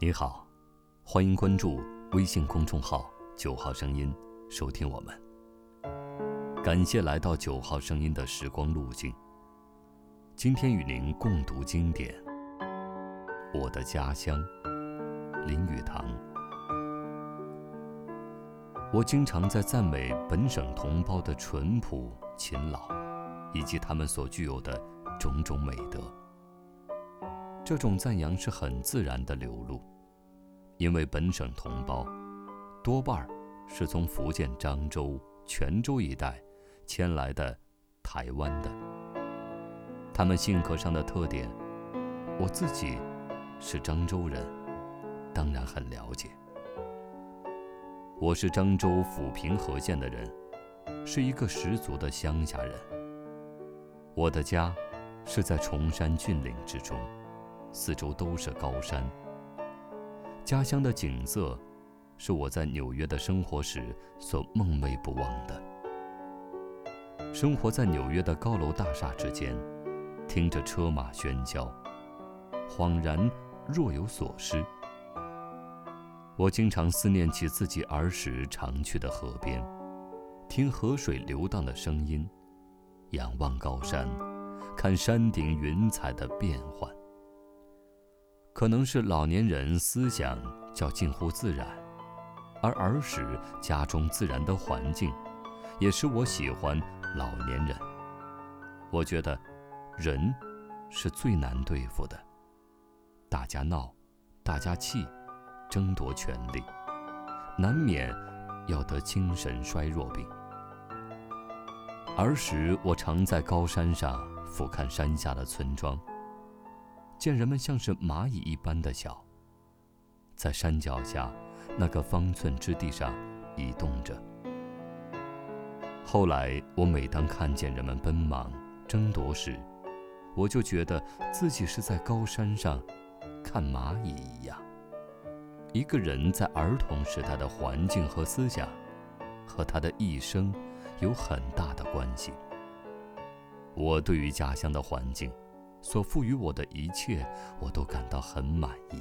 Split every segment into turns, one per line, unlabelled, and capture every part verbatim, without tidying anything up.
你好，欢迎关注微信公众号九号声音，收听我们。感谢来到九号声音的时光路径。今天与您共读经典《我的家乡》，林语堂。我经常在赞美本省同胞的淳朴、勤劳，以及他们所具有的种种美德。这种赞扬是很自然的流露，因为本省同胞多半是从福建漳州、泉州一带迁来的台湾的。他们性格上的特点，我自己是漳州人，当然很了解。我是漳州府平和县的人，是一个十足的乡下人。我的家是在崇山峻岭之中，四周都是高山。家乡的景色是我在纽约的生活时所梦寐不忘的。生活在纽约的高楼大厦之间，听着车马喧嚣，恍然若有所失。我经常思念起自己儿时常去的河边，听河水流荡的声音，仰望高山，看山顶云彩的变幻。可能是老年人思想较近乎自然，而儿时家中自然的环境也使我喜欢老年人。我觉得人是最难对付的，大家闹，大家气，争夺权力，难免要得精神衰弱病。儿时我常在高山上俯瞰山下的村庄，见人们像是蚂蚁一般的小，在山脚下那个方寸之地上移动着。后来我每当看见人们奔忙争夺时，我就觉得自己是在高山上看蚂蚁一样。一个人在儿童时代的环境和思想，和他的一生有很大的关系。我对于家乡的环境所赋予我的一切，我都感到很满意。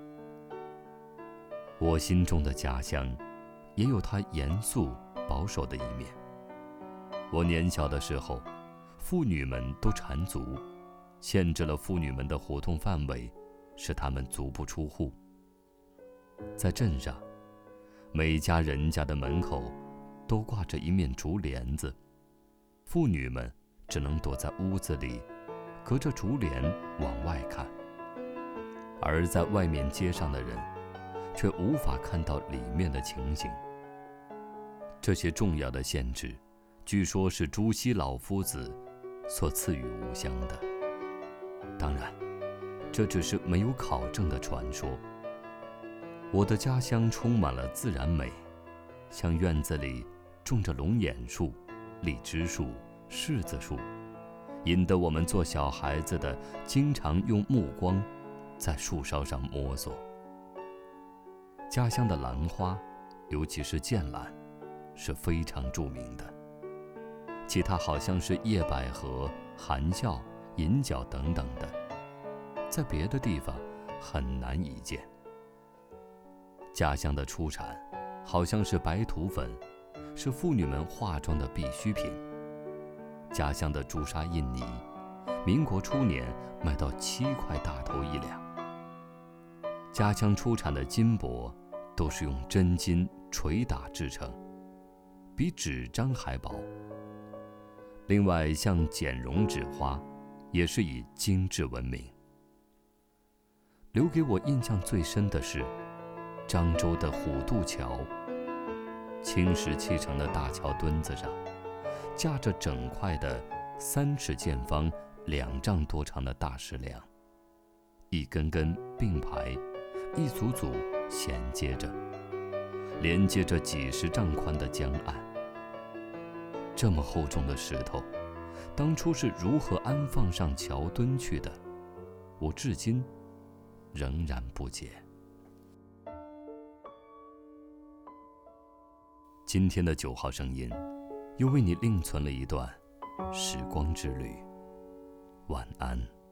我心中的家乡也有它严肃保守的一面。我年小的时候，妇女们都缠足，限制了妇女们的活动范围，使她们足不出户。在镇上，每家人家的门口都挂着一面竹帘子，妇女们只能躲在屋子里，隔着竹帘往外看，而在外面街上的人却无法看到里面的情形。这些重要的限制，据说是朱熹老夫子所赐予吴襄的。当然，这只是没有考证的传说。我的家乡充满了自然美，像院子里种着龙眼树、荔枝树、柿子树，引得我们做小孩子的经常用目光在树梢上摸索。家乡的兰花，尤其是剑兰，是非常著名的，其他好像是叶百合、含笑、银角等等的，在别的地方很难一见。家乡的出产好像是白土粉，是妇女们化妆的必需品。家乡的朱砂印泥，民国初年卖到七块大头一两。家乡出产的金箔都是用真金捶打制成，比纸张还薄。另外像剪绒纸花，也是以精致闻名。留给我印象最深的是漳州的虎渡桥，青石砌成的大桥墩子上架着整块的三尺见方、两丈多长的大石梁，一根根并排，一组组衔接着，连接着几十丈宽的江岸。这么厚重的石头，当初是如何安放上桥墩去的？我至今仍然不解。今天的九号声音，又为你另存了一段时光之旅。晚安。